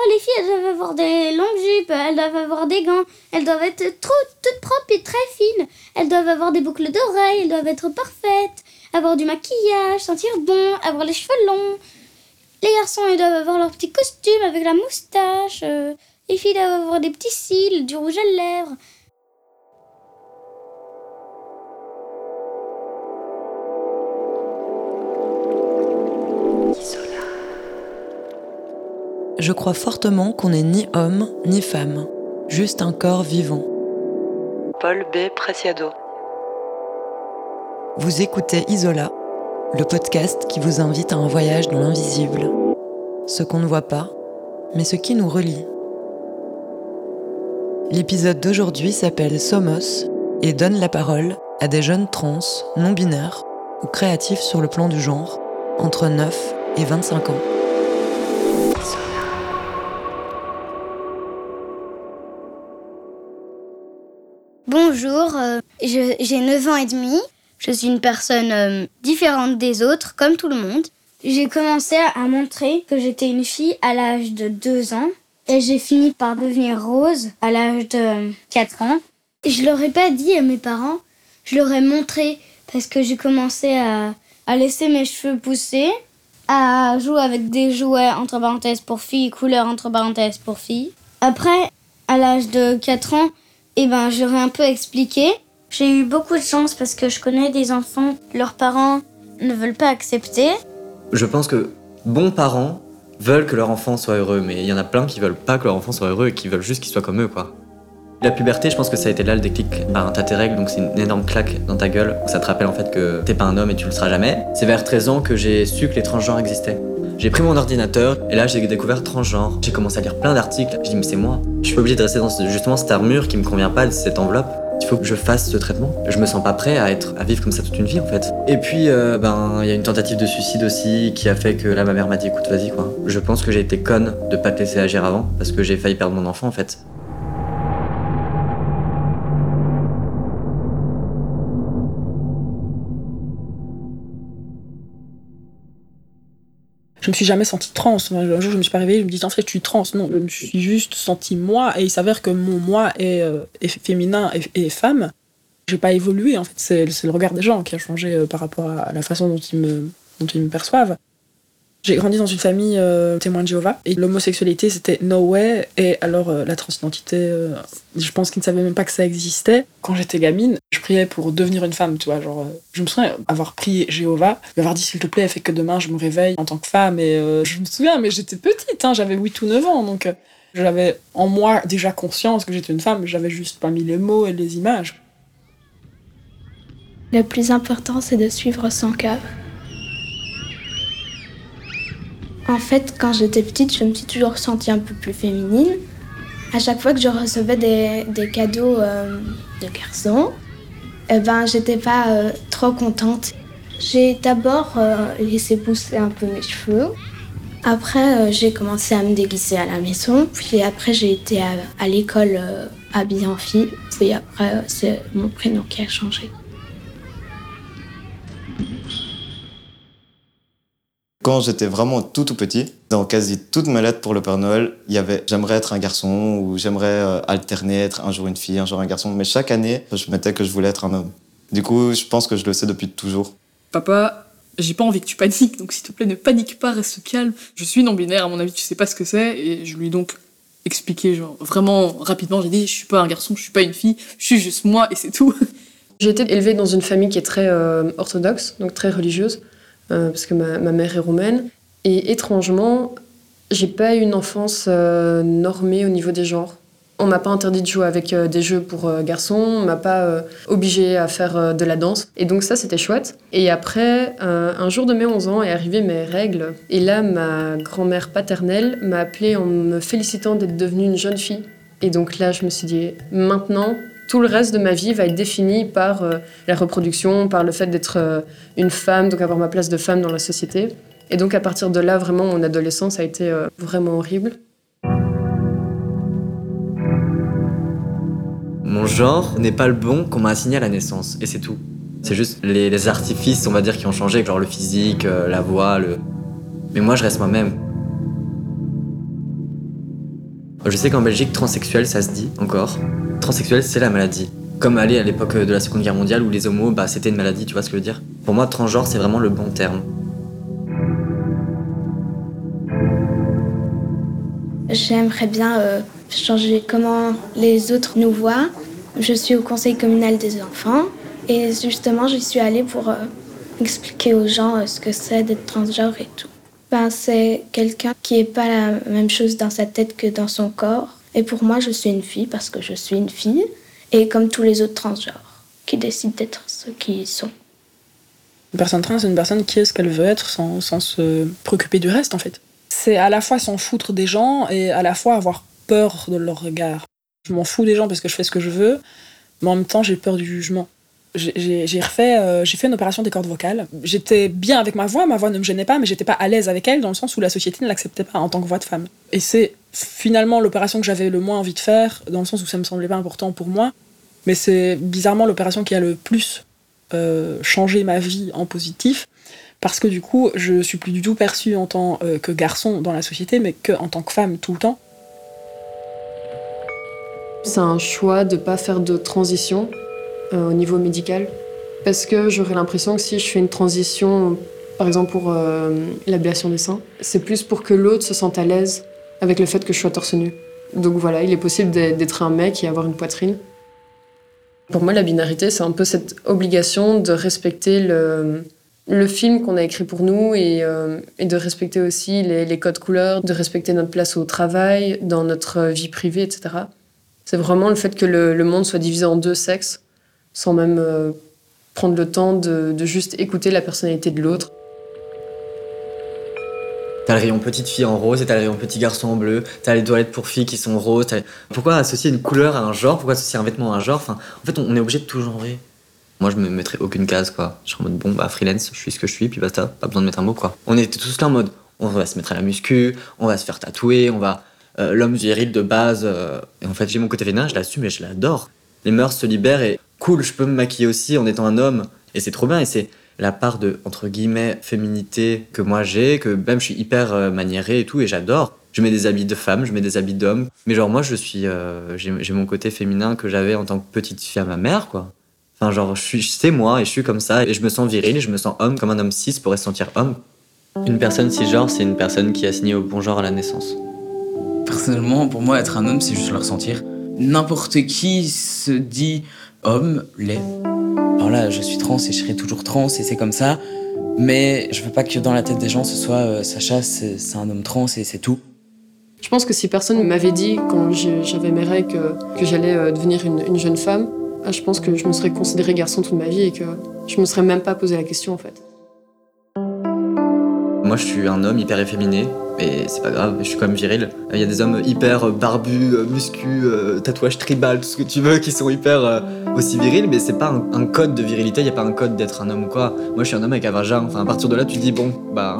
les filles, elles doivent avoir des longues jupes, elles doivent avoir des gants, elles doivent être toutes propres et très fines. Elles doivent avoir des boucles d'oreilles, elles doivent être parfaites, avoir du maquillage, sentir bon, avoir les cheveux longs. Les garçons, ils doivent avoir leur petit costume avec la moustache. Les filles doivent avoir des petits cils, du rouge à lèvres. Je crois fortement qu'on n'est ni homme ni femme, juste un corps vivant. Paul B. Preciado. Vous écoutez Isola, le podcast qui vous invite à un voyage dans l'invisible. Ce qu'on ne voit pas, mais ce qui nous relie. L'épisode d'aujourd'hui s'appelle Somos et donne la parole à des jeunes trans, non-binaires ou créatifs sur le plan du genre, entre 9 et 25 ans. Bonjour, j'ai 9 ans et demi. Je suis une personne différente des autres, comme tout le monde. J'ai commencé à montrer que j'étais une fille à l'âge de 2 ans. Et j'ai fini par devenir rose à l'âge de 4 ans. Je leur ai pas dit à mes parents, je leur ai montré parce que j'ai commencé à laisser mes cheveux pousser, à jouer avec des jouets entre parenthèses pour filles, couleurs entre parenthèses pour filles. Après, à l'âge de 4 ans, je leur ai un peu expliqué. J'ai eu beaucoup de chance parce que je connais des enfants, leurs parents ne veulent pas accepter. Je pense que bons parents veulent que leur enfant soit heureux, mais il y en a plein qui veulent pas que leur enfant soit heureux et qui veulent juste qu'il soit comme eux, quoi. La puberté, je pense que ça a été là le déclic. T'as tes règles, donc c'est une énorme claque dans ta gueule, où ça te rappelle en fait que t'es pas un homme et tu le seras jamais. C'est vers 13 ans que j'ai su que les transgenres existaient. J'ai pris mon ordinateur et là j'ai découvert transgenre. J'ai commencé à lire plein d'articles, j'ai dit mais c'est moi. Je suis pas obligé de rester dans justement cette armure qui me convient pas, cette enveloppe. Il faut que je fasse ce traitement. Je me sens pas prêt à vivre comme ça toute une vie en fait. Et puis il y a une tentative de suicide aussi qui a fait que là ma mère m'a dit écoute vas-y quoi. Je pense que j'ai été conne de pas te laisser agir avant parce que j'ai failli perdre mon enfant en fait. Je me suis jamais sentie trans. Un jour, je me suis pas réveillée, je me dis en fait, je suis trans. Non, je me suis juste sentie moi, et il s'avère que mon moi est féminin et femme. J'ai pas évolué, en fait. C'est le regard des gens qui a changé par rapport à la façon dont ils me perçoivent. J'ai grandi dans une famille témoin de Jéhovah, et l'homosexualité, c'était no way, et alors la transidentité, je pense qu'ils ne savaient même pas que ça existait. Quand j'étais gamine, je priais pour devenir une femme, tu vois, je me souviens avoir prié Jéhovah, lui avoir dit s'il te plaît, fais que demain je me réveille en tant que femme, et je me souviens, mais j'étais petite, j'avais 8 ou 9 ans, donc j'avais en moi déjà conscience que j'étais une femme, mais j'avais juste pas mis les mots et les images. Le plus important, c'est de suivre son cœur. En fait, quand j'étais petite, je me suis toujours sentie un peu plus féminine. À chaque fois que je recevais des cadeaux de garçons, j'étais pas trop contente. J'ai d'abord laissé pousser un peu mes cheveux. Après, j'ai commencé à me déguiser à la maison. Puis après, j'ai été à l'école habillée en fille. Puis après, c'est mon prénom qui a changé. Quand j'étais vraiment tout petit, dans quasi toutes mes lettres pour le Père Noël, il y avait « j'aimerais être un garçon » ou « j'aimerais alterner, être un jour une fille, un jour un garçon ». Mais chaque année, je mettais que je voulais être un homme. Du coup, je pense que je le sais depuis toujours. Papa, j'ai pas envie que tu paniques, donc s'il te plaît, ne panique pas, reste calme. Je suis non-binaire, à mon avis, tu sais pas ce que c'est, et je lui ai donc expliqué, vraiment rapidement, j'ai dit « je suis pas un garçon, je suis pas une fille, je suis juste moi, et c'est tout ». J'ai été élevée dans une famille qui est très orthodoxe, donc très religieuse. Parce que ma mère est roumaine. Et étrangement, j'ai pas eu une enfance normée au niveau des genres. On m'a pas interdit de jouer avec des jeux pour garçons, on m'a pas obligée à faire de la danse. Et donc ça, c'était chouette. Et après, un jour de mes 11 ans, est arrivée mes règles. Et là, ma grand-mère paternelle m'a appelée en me félicitant d'être devenue une jeune fille. Et donc là, je me suis dit, maintenant, tout le reste de ma vie va être défini par la reproduction, par le fait d'être une femme, donc avoir ma place de femme dans la société. Et donc à partir de là, vraiment, mon adolescence a été vraiment horrible. Mon genre n'est pas le bon qu'on m'a assigné à la naissance, et c'est tout. C'est juste les artifices, on va dire, qui ont changé, genre le physique, la voix, Mais moi, je reste moi-même. Je sais qu'en Belgique, transsexuel, ça se dit encore. Transsexuel, c'est la maladie. Comme aller à l'époque de la Seconde Guerre mondiale où les homos, c'était une maladie, tu vois ce que je veux dire? Pour moi, transgenre, c'est vraiment le bon terme. J'aimerais bien changer comment les autres nous voient. Je suis au conseil communal des enfants et justement, j'y suis allée pour expliquer aux gens ce que c'est d'être transgenre et tout. C'est quelqu'un qui n'est pas la même chose dans sa tête que dans son corps. Et pour moi, je suis une fille parce que je suis une fille. Et comme tous les autres transgenres, qui décident d'être ce qu'ils sont. Une personne trans, c'est une personne qui est ce qu'elle veut être sans se préoccuper du reste, en fait. C'est à la fois s'en foutre des gens et à la fois avoir peur de leur regard. Je m'en fous des gens parce que je fais ce que je veux, mais en même temps, j'ai peur du jugement. J'ai fait une opération des cordes vocales. J'étais bien avec ma voix ne me gênait pas, mais j'étais pas à l'aise avec elle dans le sens où la société ne l'acceptait pas en tant que voix de femme. Et c'est finalement l'opération que j'avais le moins envie de faire, dans le sens où ça me semblait pas important pour moi, mais c'est bizarrement l'opération qui a le plus changé ma vie en positif, parce que du coup, je suis plus du tout perçue en tant que garçon dans la société, mais qu'en tant que femme tout le temps. C'est un choix de pas faire de transition au niveau médical, parce que j'aurais l'impression que si je fais une transition, par exemple pour l'ablation des seins, c'est plus pour que l'autre se sente à l'aise avec le fait que je sois torse nu. Donc voilà, il est possible d'être un mec et avoir une poitrine. Pour moi, la binarité, c'est un peu cette obligation de respecter le film qu'on a écrit pour nous et de respecter aussi les codes couleurs, de respecter notre place au travail, dans notre vie privée, etc. C'est vraiment le fait que le monde soit divisé en deux sexes, sans même prendre le temps de juste écouter la personnalité de l'autre. T'as le rayon petite fille en rose et t'as le rayon petit garçon en bleu, t'as les toilettes pour filles qui sont roses. Pourquoi associer une couleur à un genre? Pourquoi associer un vêtement à un genre? En fait, on est obligé de tout genrer. Moi, je me mettrais aucune case, quoi. Je suis en mode, freelance, je suis ce que je suis, puis basta, pas besoin de mettre un mot, quoi. On était tous là en mode, on va se mettre à la muscu, on va se faire tatouer, on va... l'homme viril de base. Et en fait, j'ai mon côté féminin, je l'assume et je l'adore. Les mœurs se libèrent et cool, je peux me maquiller aussi en étant un homme. Et c'est trop bien, et c'est la part de, entre guillemets, féminité que moi j'ai, que même je suis hyper maniéré et tout, et j'adore. Je mets des habits de femme, je mets des habits d'homme. Mais genre, moi, j'ai mon côté féminin que j'avais en tant que petite fille à ma mère, quoi. Enfin, genre, c'est moi, et je suis comme ça, et je me sens viril, et je me sens homme, comme un homme cis pourrait se sentir homme. Une personne cisgenre, c'est une personne qui a signé au bon genre à la naissance. Personnellement, pour moi, être un homme, c'est juste le ressentir. N'importe qui se dit homme, l'est. Alors là, je suis trans et je serai toujours trans, et c'est comme ça. Mais je veux pas que dans la tête des gens, ce soit Sacha, c'est un homme trans, et c'est tout. Je pense que si personne m'avait dit, quand j'avais mes règles, que j'allais devenir une jeune femme, je pense que je me serais considérée garçon toute ma vie et que je me serais même pas posé la question, en fait. Moi, je suis un homme hyper efféminé, mais c'est pas grave, je suis quand même viril. Il y a des hommes hyper barbus, muscu, tatouages tribal, tout ce que tu veux, qui sont hyper aussi virils, mais c'est pas un code de virilité, il y a pas un code d'être un homme ou quoi. Moi, je suis un homme avec un vagin, enfin, à partir de là, tu te dis, bon, bah...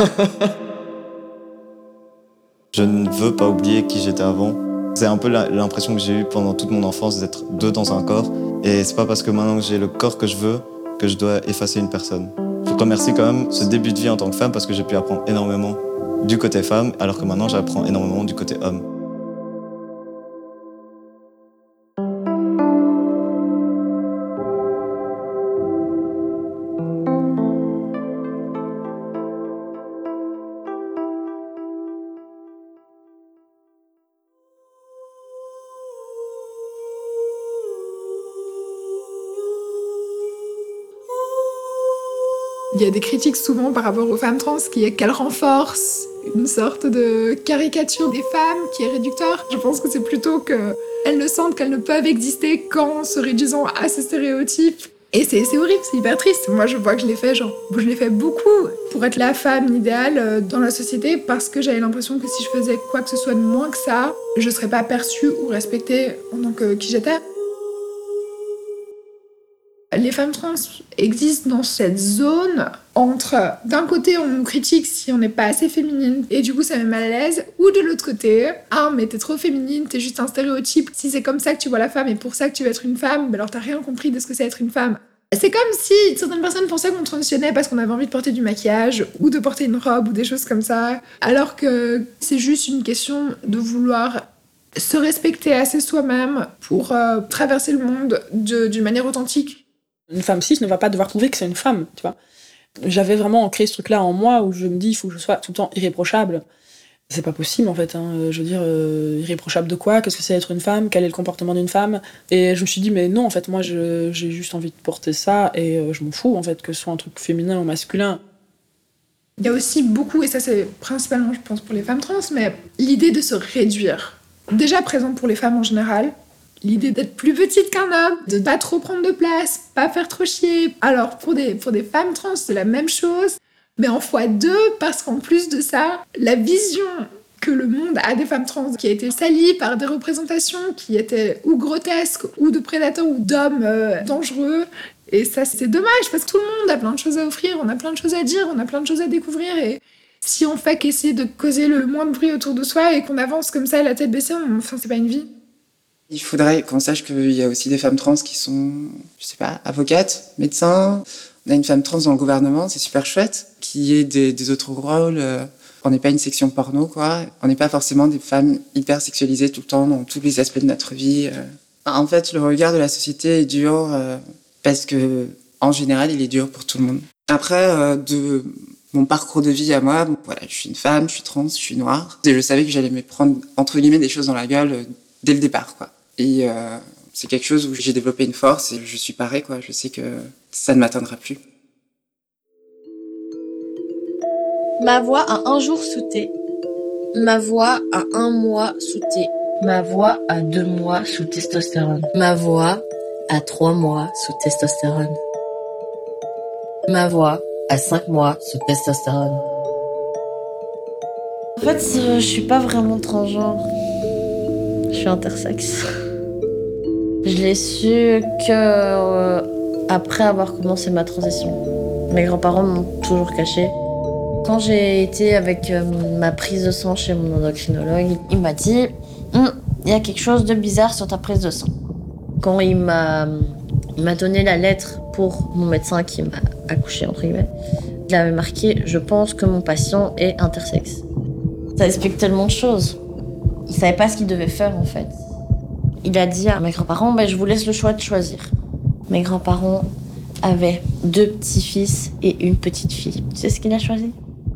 Je ne veux pas oublier qui j'étais avant. C'est un peu l'impression que j'ai eue pendant toute mon enfance d'être deux dans un corps. Et c'est pas parce que maintenant que j'ai le corps que je veux que je dois effacer une personne. Je remercie quand même ce début de vie en tant que femme parce que j'ai pu apprendre énormément du côté femme, alors que maintenant j'apprends énormément du côté homme. Il y a des critiques souvent par rapport aux femmes trans qui est qu'elles renforcent une sorte de caricature des femmes qui est réducteur. Je pense que c'est plutôt qu'elles ne sentent qu'elles ne peuvent exister qu'en se réduisant à ce stéréotype. Et c'est horrible, c'est hyper triste. Moi, je vois que je l'ai fait beaucoup pour être la femme idéale dans la société parce que j'avais l'impression que si je faisais quoi que ce soit de moins que ça, je serais pas perçue ou respectée en tant que qui j'étais. Les femmes trans existent dans cette zone entre, d'un côté, on nous critique si on n'est pas assez féminine, et du coup ça met mal à l'aise, ou de l'autre côté, ah mais t'es trop féminine, t'es juste un stéréotype, si c'est comme ça que tu vois la femme et pour ça que tu veux être une femme, alors t'as rien compris de ce que c'est être une femme. C'est comme si certaines personnes pensaient qu'on transitionnait parce qu'on avait envie de porter du maquillage, ou de porter une robe, ou des choses comme ça, alors que c'est juste une question de vouloir se respecter assez soi-même pour traverser le monde d'une manière authentique. Une femme cis ne va pas devoir prouver que c'est une femme, tu vois. J'avais vraiment ancré ce truc-là en moi où je me dis il faut que je sois tout le temps irréprochable. C'est pas possible en fait, hein. Je veux dire, irréprochable de quoi? Qu'est-ce que c'est être une femme? Quel est le comportement d'une femme? Et je me suis dit, mais non, en fait, moi j'ai juste envie de porter ça et je m'en fous en fait que ce soit un truc féminin ou masculin. Il y a aussi beaucoup, et ça c'est principalement je pense pour les femmes trans, mais l'idée de se réduire. Déjà présente pour les femmes en général, l'idée d'être plus petite qu'un homme, de pas trop prendre de place, pas faire trop chier. Alors pour des femmes trans, c'est la même chose, mais en x2, parce qu'en plus de ça, la vision que le monde a des femmes trans, qui a été salie par des représentations qui étaient ou grotesques, ou de prédateurs, ou d'hommes dangereux. Et ça, c'est dommage, parce que tout le monde a plein de choses à offrir, on a plein de choses à dire, on a plein de choses à découvrir, et si on fait qu'essayer de causer le moins de bruit autour de soi et qu'on avance comme ça, la tête baissée, enfin, c'est pas une vie. Il faudrait qu'on sache qu'il y a aussi des femmes trans qui sont, je sais pas, avocates, médecins. On a une femme trans dans le gouvernement, c'est super chouette, qui ait des autres rôles. On n'est pas une section porno, quoi. On n'est pas forcément des femmes hyper sexualisées tout le temps dans tous les aspects de notre vie. En fait, le regard de la société est dur parce que, en général, il est dur pour tout le monde. Après, de mon parcours de vie à moi, voilà, je suis une femme, je suis trans, je suis noire. Et je savais que j'allais me prendre, entre guillemets, des choses dans la gueule dès le départ, quoi. Et c'est quelque chose où j'ai développé une force et je suis parée, quoi. Je sais que ça ne m'atteindra plus. Ma voix a un jour sous T. Ma voix a 1 mois sous T. Ma voix a 2 mois sous testostérone. Ma voix a 3 mois sous testostérone. Ma voix a 5 mois sous testostérone. En fait, je suis pas vraiment transgenre. Je suis intersexe. Je l'ai su que après avoir commencé ma transition. Mes grands-parents m'ont toujours caché. Quand j'ai été avec ma prise de sang chez mon endocrinologue, il m'a dit il y a quelque chose de bizarre sur ta prise de sang. Quand il m'a donné la lettre pour mon médecin qui m'a accouché, entre guillemets, il avait marqué « Je pense que mon patient est intersexe ». Ça explique tellement de choses. Il savait pas ce qu'il devait faire, en fait. Il a dit à mes grands-parents je vous laisse le choix de choisir. Mes grands-parents avaient 2 petits-fils et une petite fille. Tu sais ce qu'il a choisi?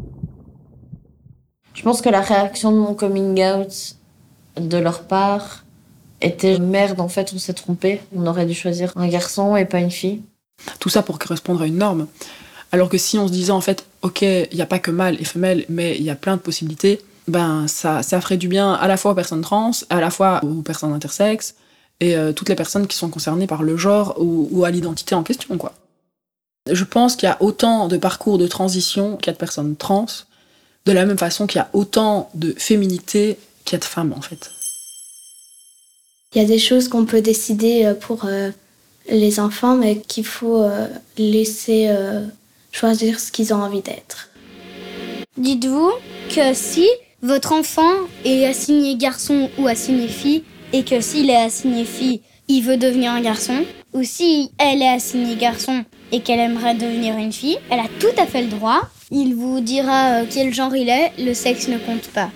Je pense que la réaction de mon coming out de leur part était merde, en fait, on s'est trompé. On aurait dû choisir un garçon et pas une fille. Tout ça pour correspondre à une norme. Alors que si on se disait, en fait, ok, il n'y a pas que mâle et femelle, mais il y a plein de possibilités, ça ferait du bien à la fois aux personnes trans, à la fois aux personnes intersexes, et toutes les personnes qui sont concernées par le genre ou à l'identité en question, quoi. Je pense qu'il y a autant de parcours de transition qu'il y a de personnes trans, de la même façon qu'il y a autant de féminité qu'il y a de femmes, en fait. Il y a des choses qu'on peut décider pour les enfants, mais qu'il faut laisser choisir ce qu'ils ont envie d'être. Dites-vous que si votre enfant est assigné garçon ou assigné fille, et que s'il est assigné fille, il veut devenir un garçon, ou si elle est assignée garçon et qu'elle aimerait devenir une fille, elle a tout à fait le droit. Il vous dira quel genre il est, le sexe ne compte pas.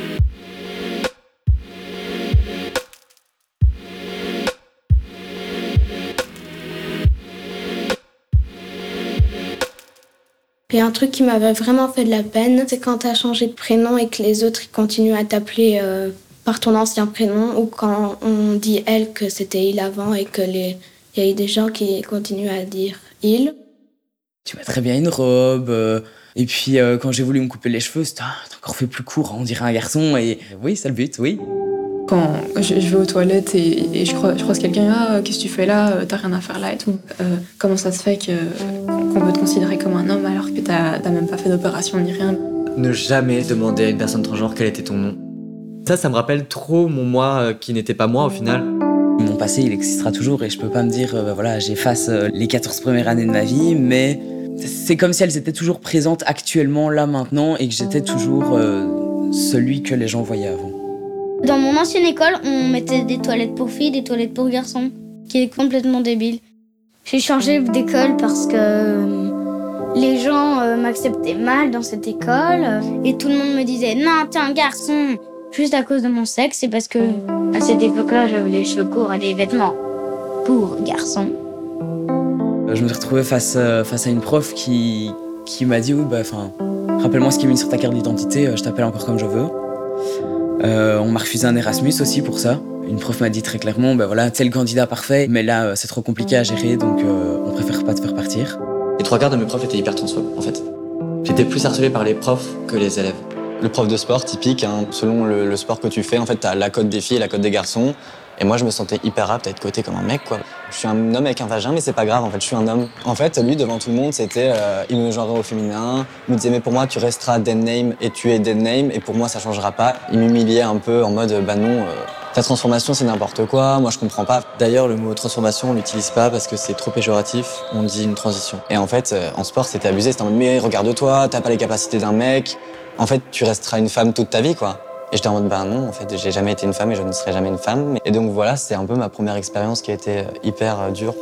Et un truc qui m'avait vraiment fait de la peine, c'est quand t'as changé de prénom et que les autres ils continuent à t'appeler par ton ancien prénom, ou quand on dit elle que c'était il avant et que il y a eu des gens qui continuent à dire il. Tu mets très bien une robe. Et puis quand j'ai voulu me couper les cheveux, c'était t'as encore fait plus court, on dirait un garçon. Et oui, c'est le but, oui. Quand je vais aux toilettes et je croise quelqu'un, qu'est-ce que tu fais là, t'as rien à faire là et tout. Comment ça se fait qu'on peut te considérer comme un homme alors que t'as même pas fait d'opération ni rien. Ne jamais demander à une personne transgenre quel était ton nom. Ça me rappelle trop mon moi qui n'était pas moi au final. Mon passé, il existera toujours et je peux pas me dire, j'efface les 14 premières années de ma vie, mais c'est comme si elles étaient toujours présentes actuellement, là, maintenant, et que j'étais toujours celui que les gens voyaient avant. Dans mon ancienne école, on mettait des toilettes pour filles, des toilettes pour garçons, qui est complètement débile. J'ai changé d'école parce que les gens m'acceptaient mal dans cette école et tout le monde me disait « Non, t'es un garçon !» juste à cause de mon sexe, c'est parce que à cette époque-là, j'avais les cheveux courts et des vêtements pour garçons. Je me suis retrouvé face à une prof qui m'a dit rappelle-moi ce qui est mis sur ta carte d'identité, je t'appelle encore comme je veux. On m'a refusé un Erasmus aussi pour ça. Une prof m'a dit très clairement, t'es le candidat parfait, mais là c'est trop compliqué à gérer, donc on préfère pas te faire partir. Les 3/4 de mes profs étaient hyper transphobes en fait. J'étais plus harcelé par les profs que les élèves. Le prof de sport typique, selon le sport que tu fais, en fait t'as la cote des filles et la cote des garçons. Et moi je me sentais hyper apte à être coté comme un mec quoi. Je suis un homme avec un vagin mais c'est pas grave en fait, je suis un homme. En fait lui devant tout le monde c'était, il me genrait au féminin, il me disait mais pour moi tu resteras dead name et tu es dead name et pour moi ça changera pas. Il m'humiliait un peu en mode non, ta transformation c'est n'importe quoi, moi je comprends pas. D'ailleurs le mot transformation on l'utilise pas parce que c'est trop péjoratif, on dit une transition. Et en fait en sport c'était abusé, c'était en mode mais regarde-toi, t'as pas les capacités d'un mec, en fait tu resteras une femme toute ta vie quoi. Et j'étais en mode non, en fait, j'ai jamais été une femme et je ne serai jamais une femme. Et donc voilà, c'est un peu ma première expérience qui a été hyper dure.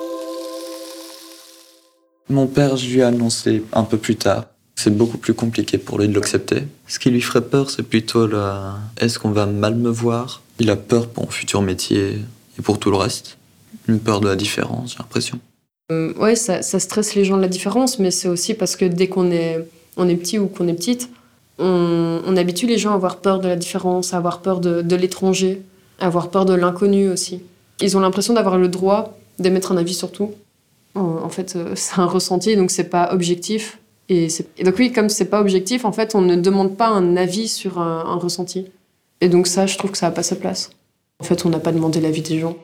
Mon père, je lui ai annoncé un peu plus tard. C'est beaucoup plus compliqué pour lui de l'accepter. Ce qui lui ferait peur, c'est plutôt est-ce qu'on va mal me voir ? Il a peur pour mon futur métier et pour tout le reste. Une peur de la différence, j'ai l'impression. Ouais, ça stresse les gens de la différence, mais c'est aussi parce que dès qu'on est petit ou qu'on est petite, on habitue les gens à avoir peur de la différence, à avoir peur de l'étranger, à avoir peur de l'inconnu aussi. Ils ont l'impression d'avoir le droit d'émettre un avis sur tout. En fait, c'est un ressenti, donc c'est pas objectif. Et donc oui, comme c'est pas objectif, en fait, on ne demande pas un avis sur un ressenti. Et donc ça, je trouve que ça n'a pas sa place. En fait, on n'a pas demandé l'avis des gens.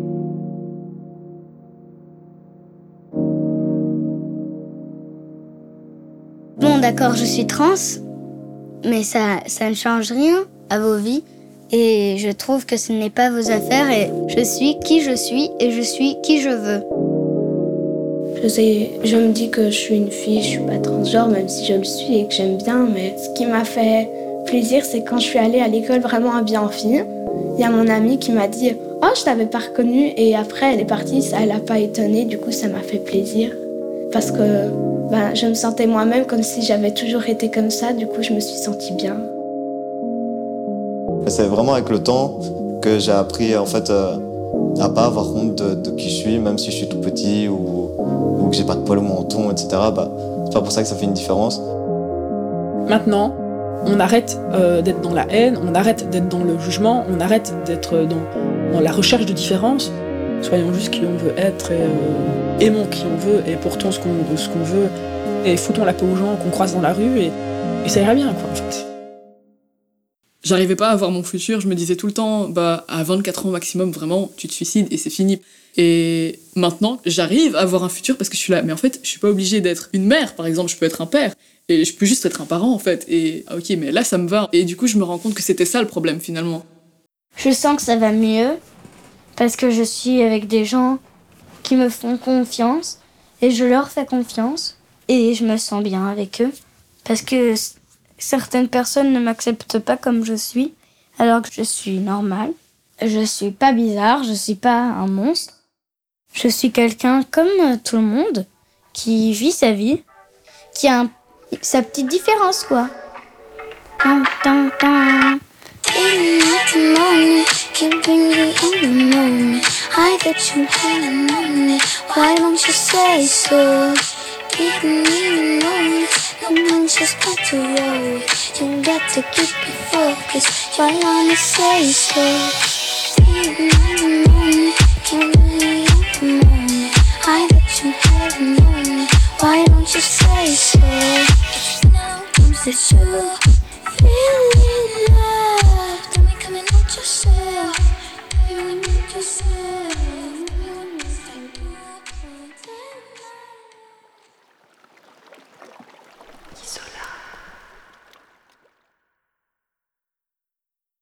Bon, d'accord, je suis trans, mais ça ne change rien à vos vies. Et je trouve que ce n'est pas vos affaires et je suis qui je suis et je suis qui je veux. Je me dis que je suis une fille, je suis pas transgenre, même si je le suis et que j'aime bien. Mais ce qui m'a fait plaisir, c'est quand je suis allée à l'école vraiment habillée en fille. Il y a mon amie qui m'a dit « Oh, je t'avais pas reconnue » et après elle est partie, ça elle a pas étonné, du coup ça m'a fait plaisir. Parce que je me sentais moi-même comme si j'avais toujours été comme ça, du coup je me suis sentie bien. C'est vraiment avec le temps que j'ai appris en fait à pas avoir honte de qui je suis, même si je suis tout petit ou que j'ai pas de poil au menton, etc. C'est pas pour ça que ça fait une différence. Maintenant, on arrête d'être dans la haine, on arrête d'être dans le jugement, on arrête d'être dans la recherche de différence. Soyons juste qui on veut être et aimons qui on veut et portons ce qu'on veut et foutons la paix aux gens qu'on croise dans la rue et ça ira bien quoi en fait. J'arrivais pas à voir mon futur, je me disais tout le temps, à 24 ans maximum, vraiment, tu te suicides et c'est fini. Et maintenant, j'arrive à voir un futur parce que je suis là. Mais en fait, je suis pas obligée d'être une mère, par exemple, je peux être un père. Et je peux juste être un parent, en fait. Et ok, mais là, ça me va. Et du coup, je me rends compte que c'était ça le problème, finalement. Je sens que ça va mieux parce que je suis avec des gens qui me font confiance et je leur fais confiance et je me sens bien avec eux parce que certaines personnes ne m'acceptent pas comme je suis, alors que je suis normale. Je suis pas bizarre, je suis pas un monstre. Je suis quelqu'un comme tout le monde, qui vit sa vie, qui a sa petite différence, quoi. Just got to roll. You got to keep it focused. Why wanna say so? I bet you haven't known. Why don't you say so? Is it true?